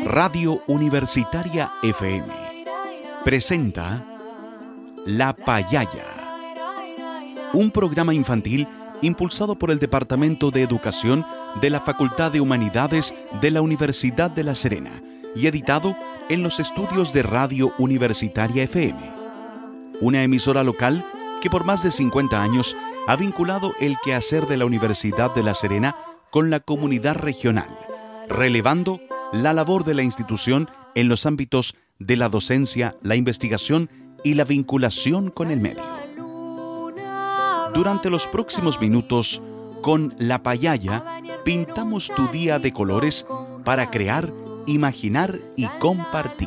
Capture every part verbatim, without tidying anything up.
Radio Universitaria F M presenta La Payaya, un programa infantil impulsado por el Departamento de Educación de la Facultad de Humanidades de la Universidad de La Serena y editado en los estudios de Radio Universitaria F M, una emisora local que por más de cincuenta años ha vinculado el quehacer de la Universidad de La Serena con la comunidad regional, relevando la labor de la institución en los ámbitos de la docencia, la investigación y la vinculación con el medio. Durante los próximos minutos, con La Payaya, pintamos tu día de colores para crear, imaginar y compartir.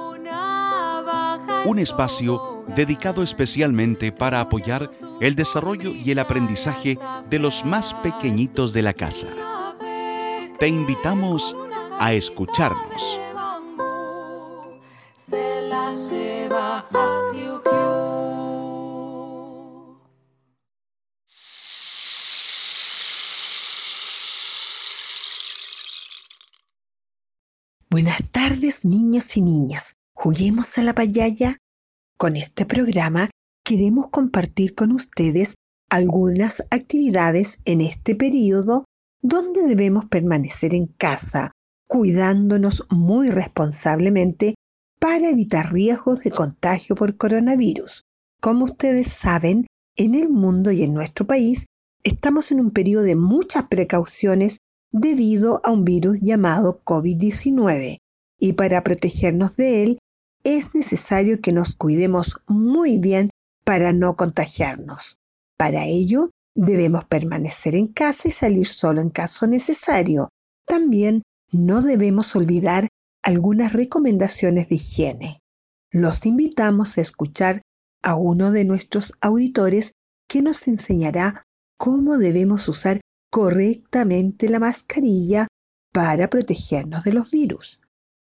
Un espacio dedicado especialmente para apoyar el desarrollo y el aprendizaje de los más pequeñitos de la casa. Te invitamos a escucharnos. Buenas tardes, niños y niñas. ¿Juguemos a la payaya? Con este programa queremos compartir con ustedes algunas actividades en este periodo donde debemos permanecer en casa, cuidándonos muy responsablemente para evitar riesgos de contagio por coronavirus. Como ustedes saben, en el mundo y en nuestro país estamos en un periodo de muchas precauciones debido a un virus llamado covid diecinueve, y para protegernos de él es necesario que nos cuidemos muy bien para no contagiarnos. Para ello, debemos permanecer en casa y salir solo en caso necesario. También no debemos olvidar algunas recomendaciones de higiene. Los invitamos a escuchar a uno de nuestros auditores que nos enseñará cómo debemos usar correctamente la mascarilla para protegernos de los virus.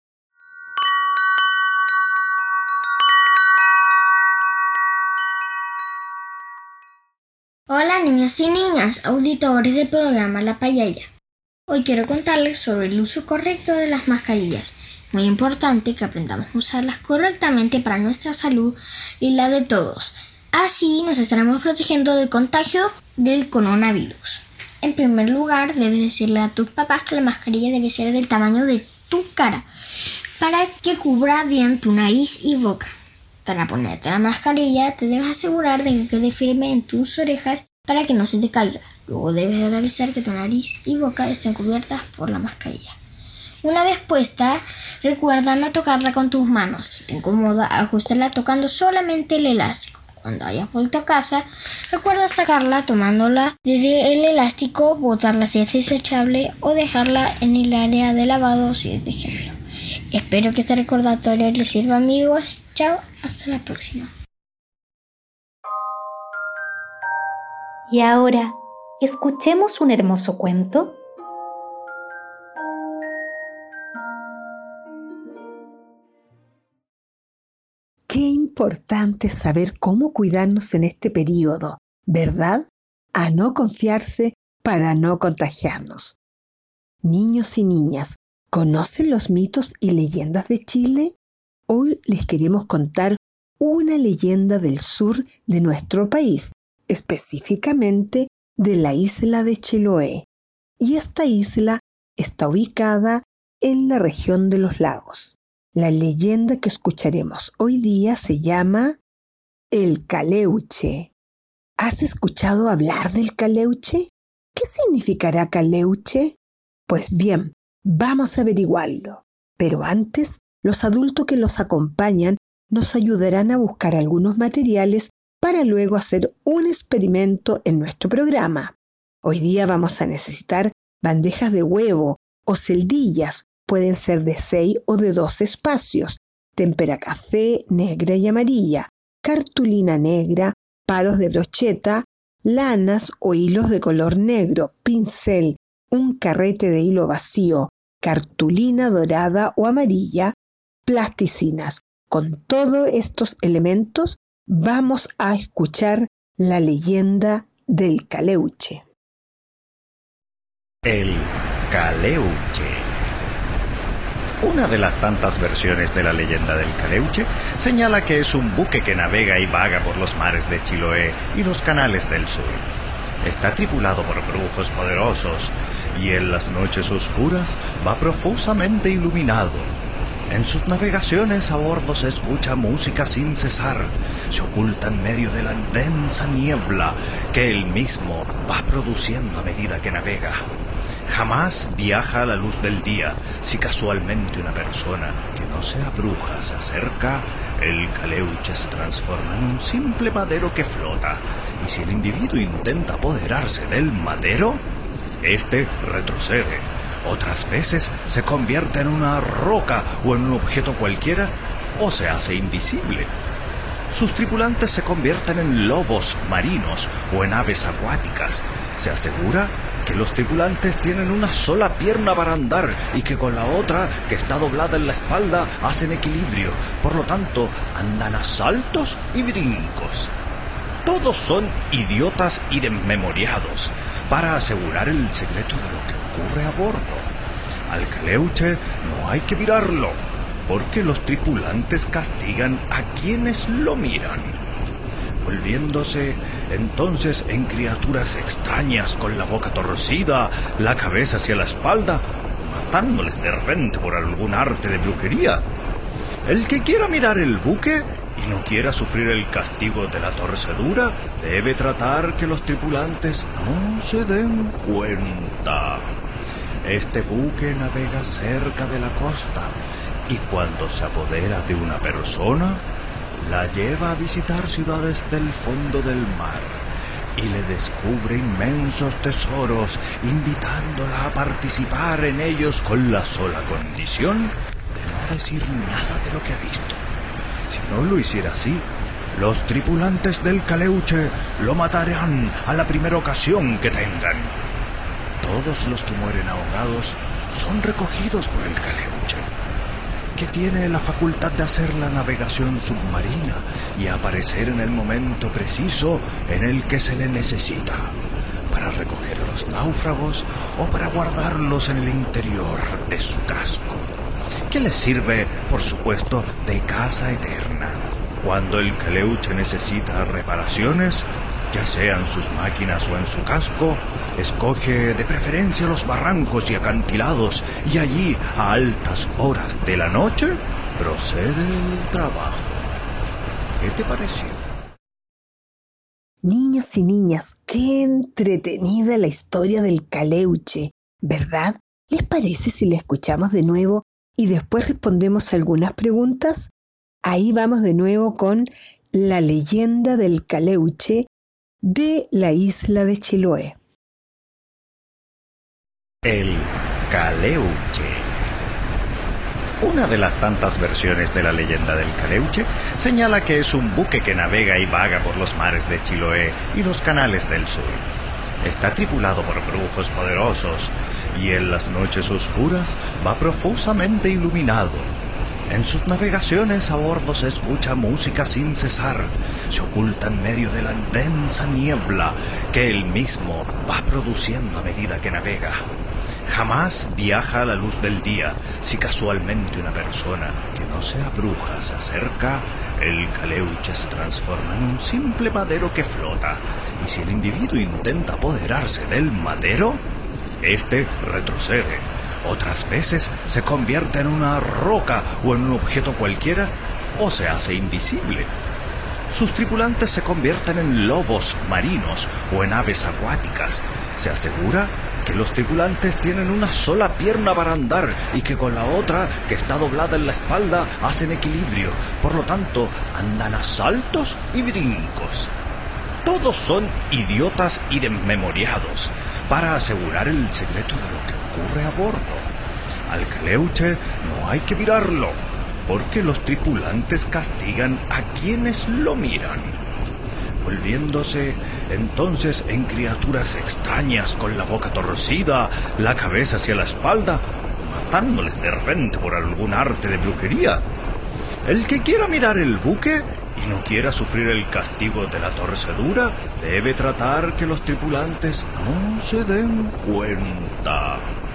Hola niños y niñas, auditores del programa La Payaya. Hoy quiero contarles sobre el uso correcto de las mascarillas. Muy importante que aprendamos a usarlas correctamente para nuestra salud y la de todos. Así nos estaremos protegiendo del contagio del coronavirus. En primer lugar, debes decirle a tus papás que la mascarilla debe ser del tamaño de tu cara para que cubra bien tu nariz y boca. Para ponerte la mascarilla, te debes asegurar de que quede firme en tus orejas para que no se te caiga. Luego debes de realizar que tu nariz y boca estén cubiertas por la mascarilla. Una vez puesta, recuerda no tocarla con tus manos. Si te incomoda, ajustala tocando solamente el elástico. Cuando hayas vuelto a casa, recuerda sacarla tomándola desde el elástico, botarla si es desechable o dejarla en el área de lavado si es de género. Espero que este recordatorio les sirva, amigos. Chao, hasta la próxima. Y ahora, escuchemos un hermoso cuento. Qué importante saber cómo cuidarnos en este periodo, ¿verdad? A no confiarse para no contagiarnos. Niños y niñas, ¿conocen los mitos y leyendas de Chile? Hoy les queremos contar una leyenda del sur de nuestro país, específicamente de la isla de Chiloé. Y esta isla está ubicada en la región de los lagos. La leyenda que escucharemos hoy día se llama El Caleuche. ¿Has escuchado hablar del Caleuche? ¿Qué significará Caleuche? Pues bien, vamos a averiguarlo. Pero antes, los adultos que los acompañan nos ayudarán a buscar algunos materiales para luego hacer un experimento en nuestro programa. Hoy día vamos a necesitar bandejas de huevo o celdillas, pueden ser de seis o de doce espacios, témpera café, negra y amarilla, cartulina negra, palos de brocheta, lanas o hilos de color negro, pincel, un carrete de hilo vacío, cartulina dorada o amarilla, plasticinas. Con todos estos elementos vamos a escuchar la leyenda del Caleuche. El Caleuche. Una de las tantas versiones de la leyenda del Caleuche señala que es un buque que navega y vaga por los mares de Chiloé y los canales del sur. Está tripulado por brujos poderosos y en las noches oscuras va profusamente iluminado. En sus navegaciones a bordo se escucha música sin cesar. Se oculta en medio de la densa niebla que él mismo va produciendo a medida que navega. Jamás viaja a la luz del día. Si casualmente una persona que no sea bruja se acerca, el Caleuche se transforma en un simple madero que flota. Y si el individuo intenta apoderarse del madero, este retrocede. Otras veces se convierte en una roca o en un objeto cualquiera, o se hace invisible. Sus tripulantes se convierten en lobos marinos o en aves acuáticas. Se asegura que los tripulantes tienen una sola pierna para andar y que con la otra, que está doblada en la espalda, hacen equilibrio. Por lo tanto, andan a saltos y brincos. Todos son idiotas y desmemoriados para asegurar el secreto de lo que ocurre a bordo. Al Caleuche no hay que mirarlo, porque los tripulantes castigan a quienes lo miran, volviéndose entonces en criaturas extrañas con la boca torcida, la cabeza hacia la espalda, matándoles de repente por algún arte de brujería. El que quiera mirar el buque y no quiera sufrir el castigo de la torcedura, debe tratar que los tripulantes no se den cuenta. Este buque navega cerca de la costa y cuando se apodera de una persona, la lleva a visitar ciudades del fondo del mar y le descubre inmensos tesoros, invitándola a participar en ellos con la sola condición de no decir nada de lo que ha visto. Si no lo hiciera así, los tripulantes del Caleuche lo matarán a la primera ocasión que tengan. Todos los que mueren ahogados son recogidos por el Caleuche, que tiene la facultad de hacer la navegación submarina y aparecer en el momento preciso en el que se le necesita, para recoger a los náufragos o para guardarlos en el interior de su casco, que les sirve, por supuesto, de casa eterna. Cuando el Caleuche necesita reparaciones, ya sean sus máquinas o en su casco, escoge de preferencia los barrancos y acantilados y allí, a altas horas de la noche, procede el trabajo. ¿Qué te pareció? Niños y niñas, qué entretenida la historia del Caleuche, ¿verdad? ¿Les parece si la escuchamos de nuevo y después respondemos algunas preguntas? Ahí vamos de nuevo con la leyenda del Caleuche de la isla de Chiloé. El Caleuche. Una de las tantas versiones de la leyenda del Caleuche señala que es un buque que navega y vaga por los mares de Chiloé y los canales del sur. Está tripulado por brujos poderosos y en las noches oscuras va profusamente iluminado. En sus navegaciones a bordo se escucha música sin cesar. Se oculta en medio de la densa niebla que él mismo va produciendo a medida que navega. Jamás viaja a la luz del día. Si casualmente una persona que no sea bruja se acerca, el Caleuche se transforma en un simple madero que flota. Y si el individuo intenta apoderarse del madero, este retrocede. Otras veces se convierte en una roca o en un objeto cualquiera, o se hace invisible. Sus tripulantes se convierten en lobos marinos o en aves acuáticas. Se asegura que los tripulantes tienen una sola pierna para andar y que con la otra, que está doblada en la espalda, hacen equilibrio. Por lo tanto, andan a saltos y brincos. Todos son idiotas y desmemoriados para asegurar el secreto de lo que ocurre a bordo. Al Caleuche no hay que mirarlo, porque los tripulantes castigan a quienes lo miran, volviéndose entonces en criaturas extrañas con la boca torcida, la cabeza hacia la espalda, matándoles de repente por algún arte de brujería. El que quiera mirar el buque y no quiera sufrir el castigo de la torcedura, debe tratar que los tripulantes no se den cuenta.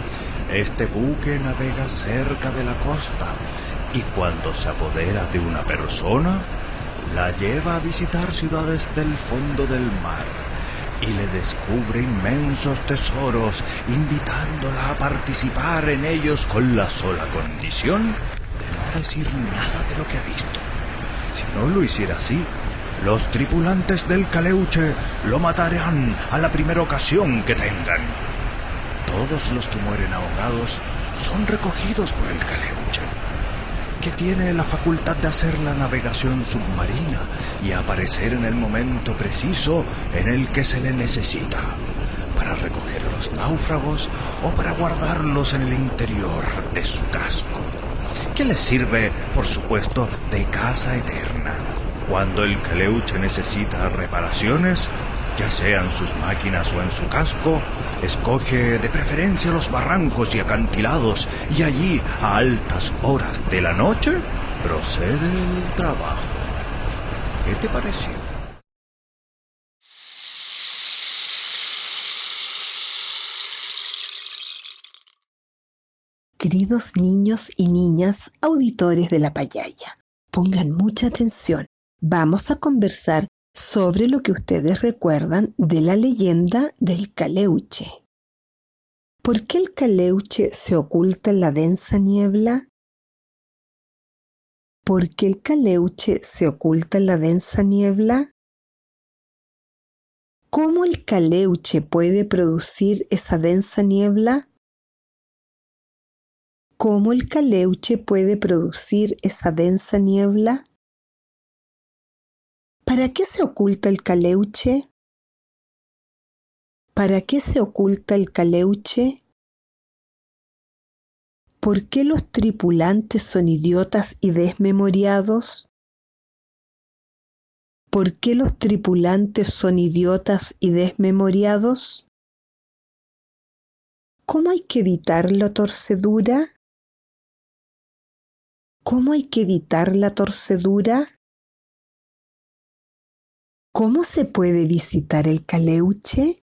Este buque navega cerca de la costa y cuando se apodera de una persona, la lleva a visitar ciudades del fondo del mar y le descubre inmensos tesoros, invitándola a participar en ellos con la sola condición de no decir nada de lo que ha visto. Si no lo hiciera así, los tripulantes del Caleuche lo matarán a la primera ocasión que tengan. Todos los que mueren ahogados son recogidos por el Caleuche, que tiene la facultad de hacer la navegación submarina y aparecer en el momento preciso en el que se le necesita, para recoger a los náufragos o para guardarlos en el interior de su casco, que les sirve, por supuesto, de casa eterna. Cuando el Caleuche necesita reparaciones, ya sean sus máquinas o en su casco, escoge de preferencia los barrancos y acantilados y allí, a altas horas de la noche, procede el trabajo. ¿Qué te pareció? Queridos niños y niñas auditores de La Payaya, pongan mucha atención. Vamos a conversar sobre lo que ustedes recuerdan de la leyenda del Caleuche. ¿Por qué el Caleuche se oculta en la densa niebla? ¿Por qué el Caleuche se oculta en la densa niebla? ¿Cómo el Caleuche puede producir esa densa niebla? ¿Cómo el Caleuche puede producir esa densa niebla? ¿Para qué se oculta el Caleuche? ¿Para qué se oculta el Caleuche? ¿Por qué los tripulantes son idiotas y desmemoriados? ¿Por qué los tripulantes son idiotas y desmemoriados? ¿Cómo hay que evitar la torcedura? ¿Cómo hay que evitar la torcedura? ¿Cómo se puede visitar el Caleuche?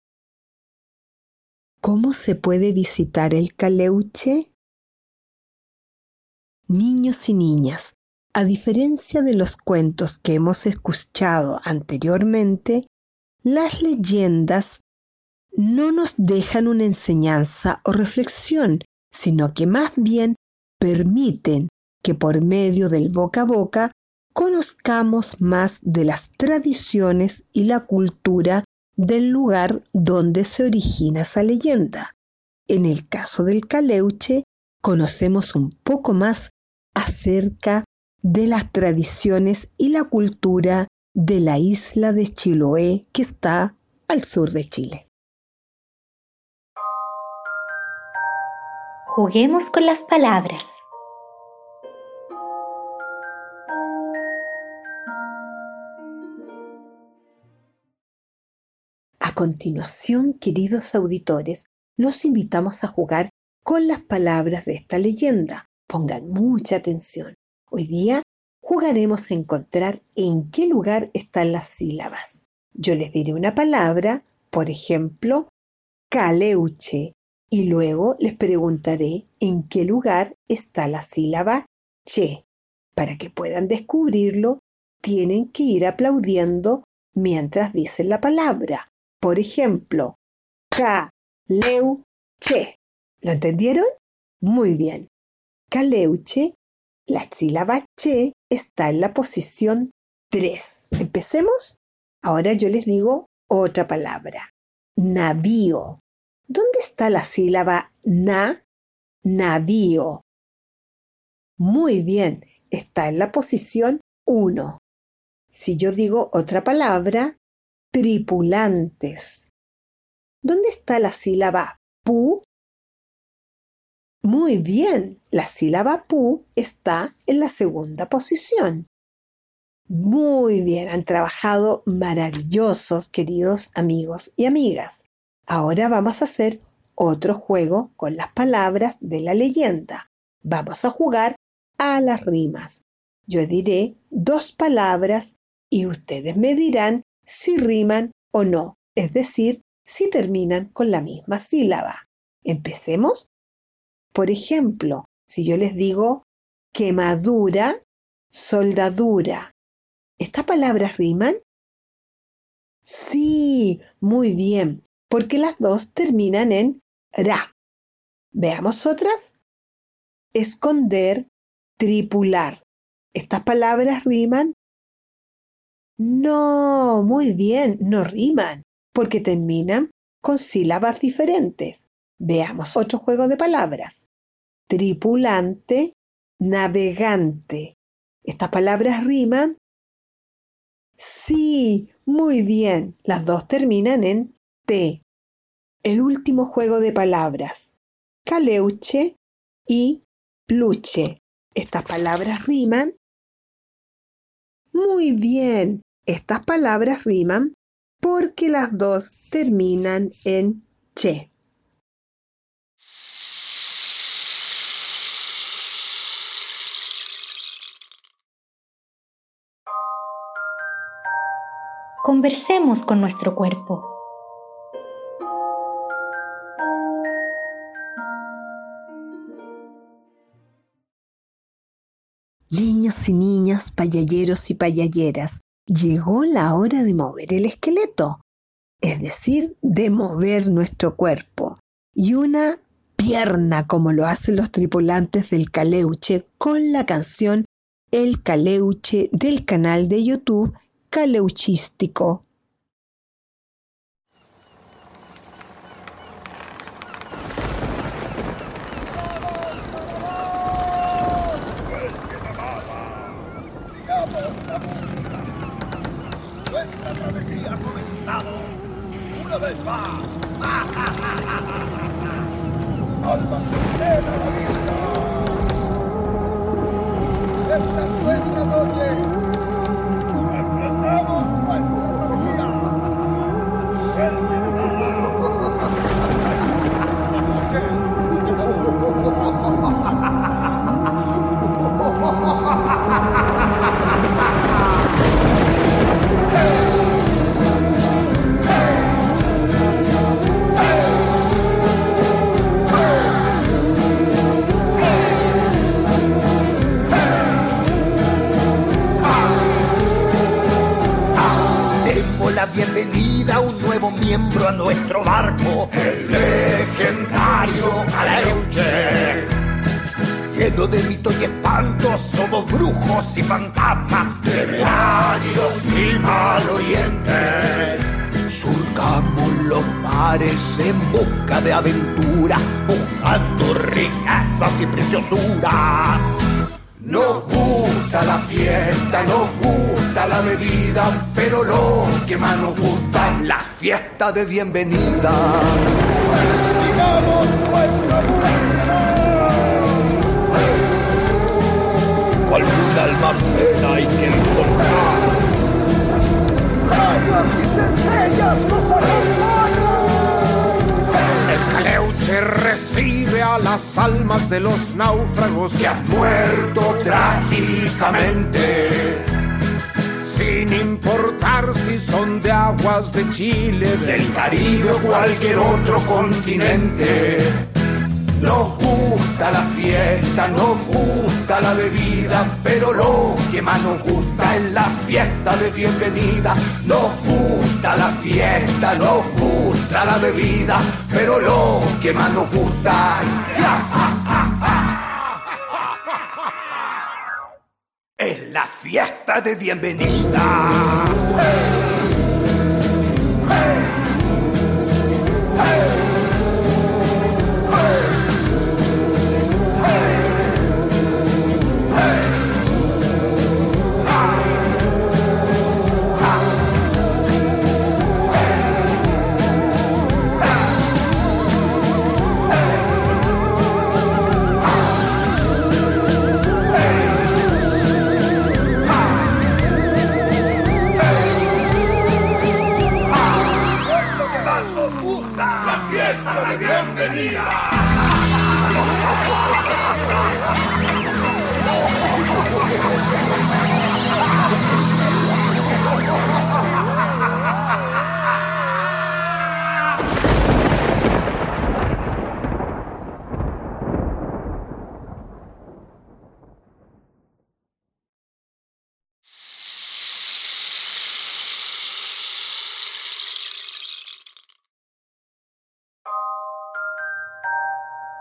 ¿Cómo se puede visitar el Caleuche? Niños y niñas, a diferencia de los cuentos que hemos escuchado anteriormente, las leyendas no nos dejan una enseñanza o reflexión, sino que más bien permiten que por medio del boca a boca conozcamos más de las tradiciones y la cultura del lugar donde se origina esa leyenda. En el caso del Caleuche, conocemos un poco más acerca de las tradiciones y la cultura de la isla de Chiloé, que está al sur de Chile. Juguemos con las palabras. A continuación, queridos auditores, los invitamos a jugar con las palabras de esta leyenda. Pongan mucha atención. Hoy día jugaremos a encontrar en qué lugar están las sílabas. Yo les diré una palabra, por ejemplo, Caleuche, y luego les preguntaré en qué lugar está la sílaba che. Para que puedan descubrirlo, tienen que ir aplaudiendo mientras dicen la palabra. Por ejemplo, Caleuche. ¿Lo entendieron? Muy bien. Caleuche, la sílaba che está en la posición tres. ¿Empecemos? Ahora yo les digo otra palabra. Navío. ¿Dónde está la sílaba na? Navío. Muy bien, está en la posición uno. Si yo digo otra palabra, tripulantes. ¿Dónde está la sílaba pu? Muy bien, la sílaba pu está en la segunda posición. Muy bien, han trabajado maravillosos, queridos amigos y amigas. Ahora vamos a hacer otro juego con las palabras de la leyenda. Vamos a jugar a las rimas. Yo diré dos palabras y ustedes me dirán si riman o no, es decir, si terminan con la misma sílaba. Empecemos. Por ejemplo, si yo les digo quemadura, soldadura, ¿estas palabras riman? Sí, muy bien, porque las dos terminan en ra. Veamos otras. Esconder, tripular. ¿Estas palabras riman? No, muy bien, no riman, porque terminan con sílabas diferentes. Veamos otro juego de palabras. Tripulante, navegante. ¿Estas palabras riman? Sí, muy bien, las dos terminan en te. El último juego de palabras. Caleuche y pluche. ¿Estas palabras riman? Muy bien, estas palabras riman porque las dos terminan en che. Conversemos con nuestro cuerpo. Niños y niñas, payalleros y payalleras, llegó la hora de mover el esqueleto, es decir, de mover nuestro cuerpo. Y una pierna como lo hacen los tripulantes del Caleuche con la canción El Caleuche del canal de YouTube Caleuchístico. Nuestra travesía ha comenzado. Una vez más. Alma serena a la vista. Esta es nuestra noche. Emprendamos nuestra travesía. El la bienvenida a un nuevo miembro a nuestro barco, el legendario Caleuche. Lleno de mitos y espantos, somos brujos y fantasmas, temerarios y malolientes. Surcamos los mares en busca de aventura, buscando riquezas y preciosuras. Nos gusta la fiesta, nos gusta la bebida, pero lo que más nos gusta es la fiesta de bienvenida. Sigamos nuestra búsqueda. Alguna alma pena hay que encontrar. Rayos y centellas nos acompañan. El Caleuche recibe a las almas de los náufragos que han muerto trágicamente, sin importar si son de aguas de Chile, del Caribe o cualquier otro continente. Nos gusta la fiesta, nos gusta la bebida, pero lo que más nos gusta es la fiesta de bienvenida. Nos gusta la fiesta, nos gusta la bebida, pero lo que más nos gusta es la fiesta de bienvenida. ¡Hey! ¡Hey! ¡Hey!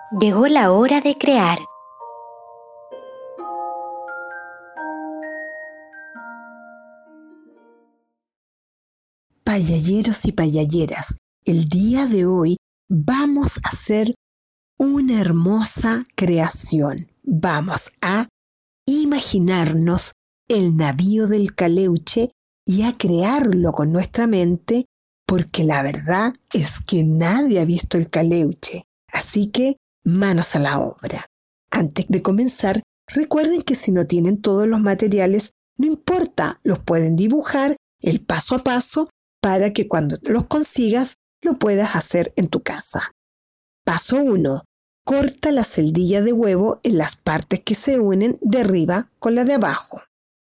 Llegó la hora de crear. Payalleros y payalleras, el día de hoy vamos a hacer una hermosa creación. Vamos a imaginarnos el navío del Caleuche y a crearlo con nuestra mente, porque la verdad es que nadie ha visto el Caleuche. Así que manos a la obra. Antes de comenzar, recuerden que si no tienen todos los materiales, no importa, los pueden dibujar el paso a paso para que cuando los consigas lo puedas hacer en tu casa. Paso uno. Corta la celdilla de huevo en las partes que se unen de arriba con la de abajo.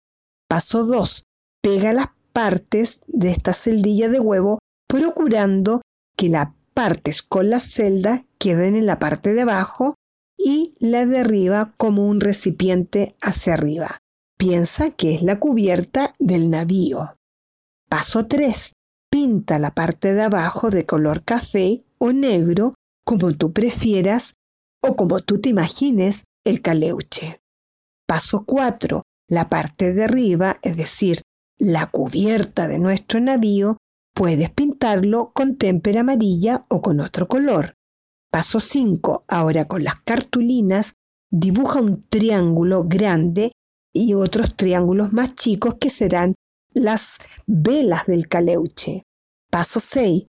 Paso dos. Pega las partes de esta celdilla de huevo procurando que las partes con las celdas queden en la parte de abajo y la de arriba como un recipiente hacia arriba. Piensa que es la cubierta del navío. Paso tres. Pinta la parte de abajo de color café o negro como tú prefieras o como tú te imagines el Caleuche. Paso cuatro. La parte de arriba, es decir, la cubierta de nuestro navío, puedes pintarlo con témpera amarilla o con otro color. Paso cinco. Ahora con las cartulinas, dibuja un triángulo grande y otros triángulos más chicos que serán las velas del Caleuche. Paso seis.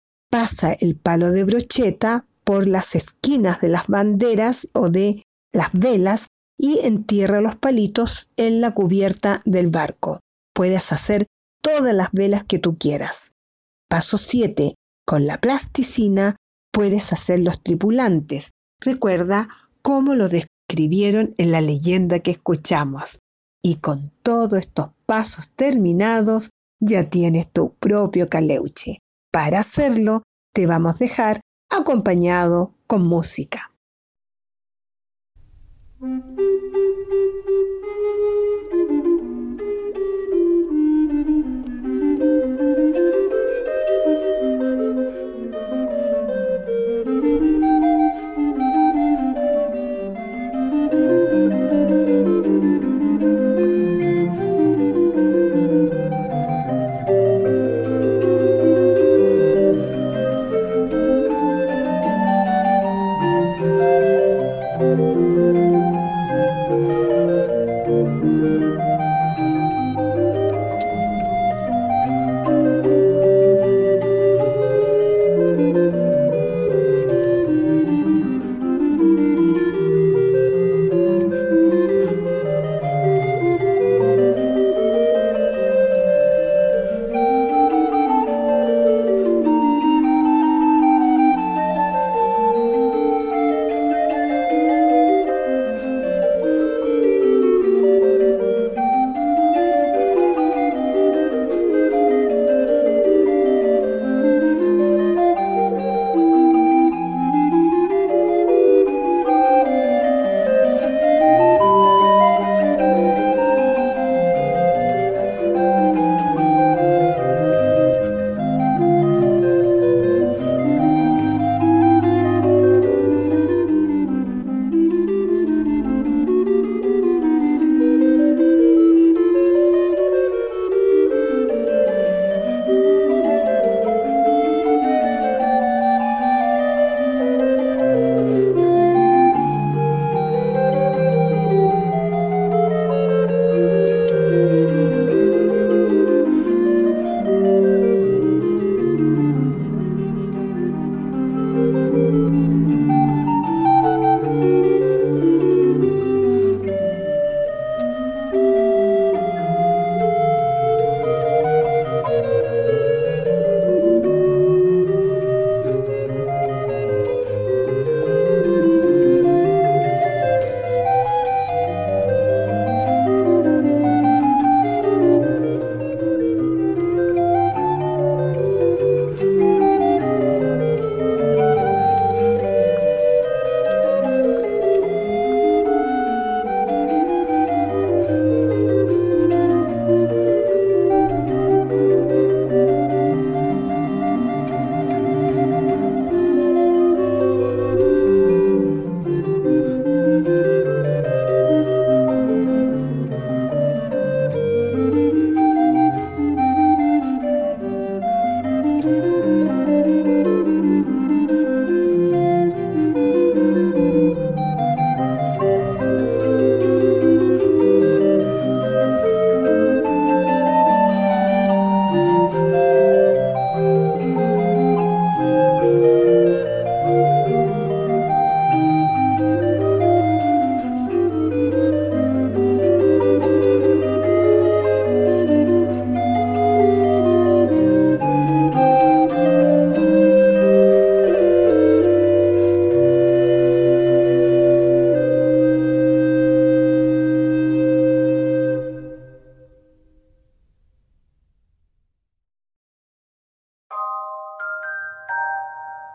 Pasa el palo de brocheta por las esquinas de las banderas o de las velas y entierra los palitos en la cubierta del barco. Puedes hacer todas las velas que tú quieras. Paso siete. Con la plasticina puedes hacer los tripulantes. Recuerda cómo lo describieron en la leyenda que escuchamos. Y con todos estos pasos terminados, ya tienes tu propio Caleuche. Para hacerlo, te vamos a dejar acompañado con música.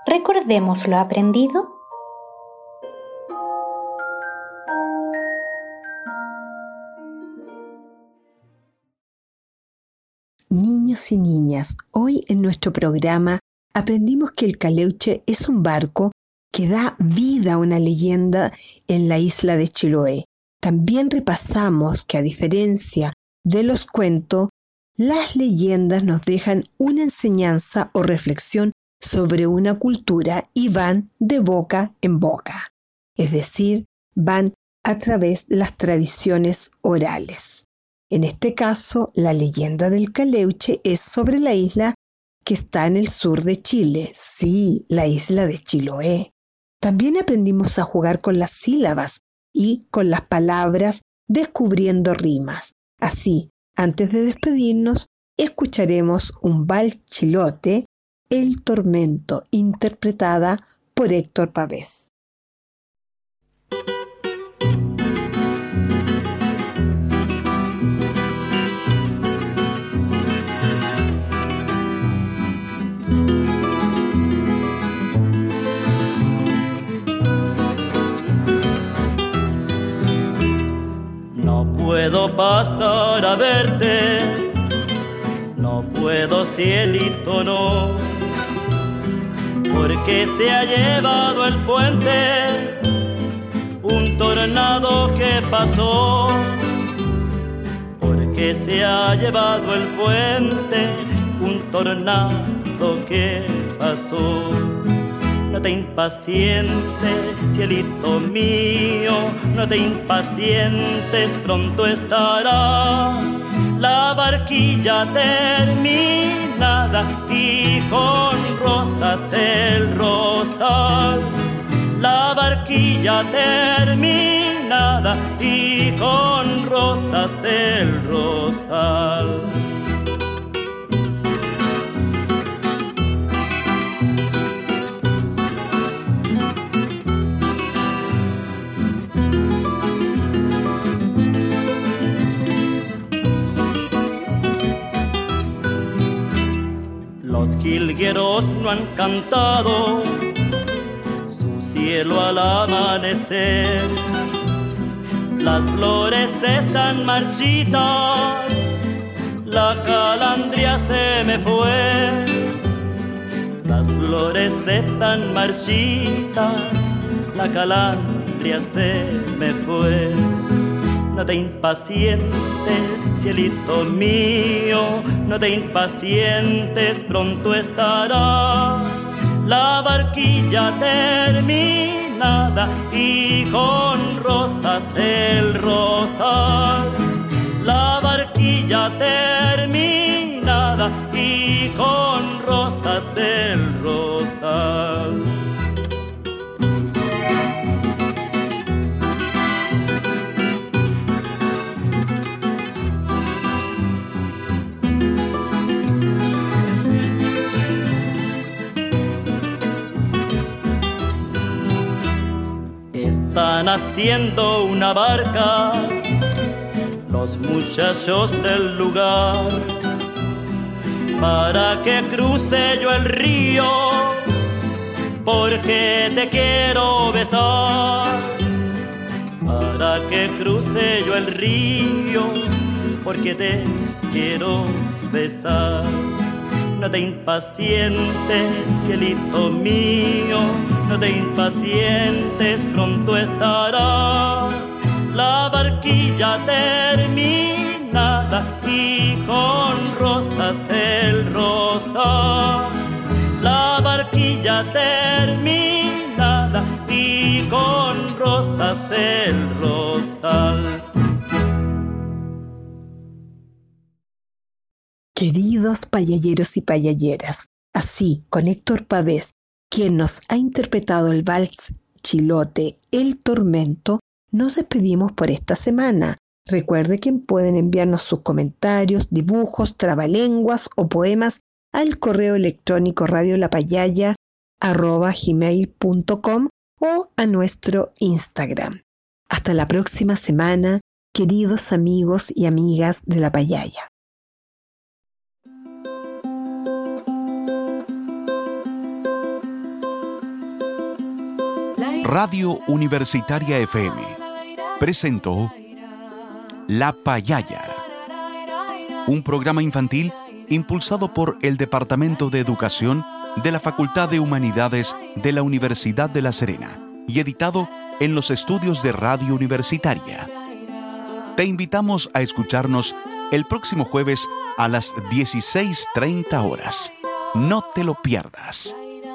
Recordemos lo aprendido. Niños y niñas, hoy en nuestro programa aprendimos que el Caleuche es un barco que da vida a una leyenda en la isla de Chiloé. También repasamos que, a diferencia de los cuentos, las leyendas nos dejan una enseñanza o reflexión sobre una cultura y van de boca en boca, es decir, van a través de las tradiciones orales. En este caso, la leyenda del Caleuche es sobre la isla que está en el sur de Chile, sí, la isla de Chiloé. También aprendimos a jugar con las sílabas y con las palabras, descubriendo rimas. Así, antes de despedirnos, escucharemos un vals chilote, El Tormento, interpretada por Héctor Pavés. No puedo pasar a verte, no puedo, cielito, no, porque se ha llevado el puente un tornado que pasó, porque se ha llevado el puente un tornado que pasó. No te impacientes, cielito mío, no te impacientes, pronto estará la barquilla terminada y con rosas el rosal. La barquilla terminada y con rosas el rosal. Los jilgueros no han cantado su cielo al amanecer. Las flores están marchitas, la calandria se me fue. Las flores están marchitas, la calandria se me fue. No te impacientes, cielito mío, no te impacientes, pronto estará la barquilla terminada y con rosas el rosal. La barquilla terminada y con rosas el rosal. Están haciendo una barca los muchachos del lugar para que cruce yo el río, porque te quiero besar. Para que cruce yo el río, porque te quiero besar. No te impacientes, cielito mío, no te impacientes, pronto estará la barquilla terminada y con rosas el rosal. La barquilla terminada y con rosas el rosal. Queridos payalleros y payalleras, así con Héctor Pavés, quien nos ha interpretado el vals chilote El Tormento, nos despedimos por esta semana. Recuerde que pueden enviarnos sus comentarios, dibujos, trabalenguas o poemas al correo electrónico radiolapayaya arroba gmail punto com o a nuestro Instagram. Hasta la próxima semana, queridos amigos y amigas de La Payaya. Radio Universitaria F M presentó La Payaya, un programa infantil impulsado por el Departamento de Educación de la Facultad de Humanidades de la Universidad de La Serena y editado en los estudios de Radio Universitaria. Te invitamos a escucharnos el próximo jueves a las dieciséis treinta horas. No te lo pierdas.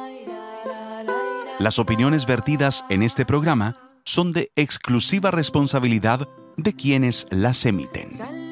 Las opiniones vertidas en este programa son de exclusiva responsabilidad de quienes las emiten.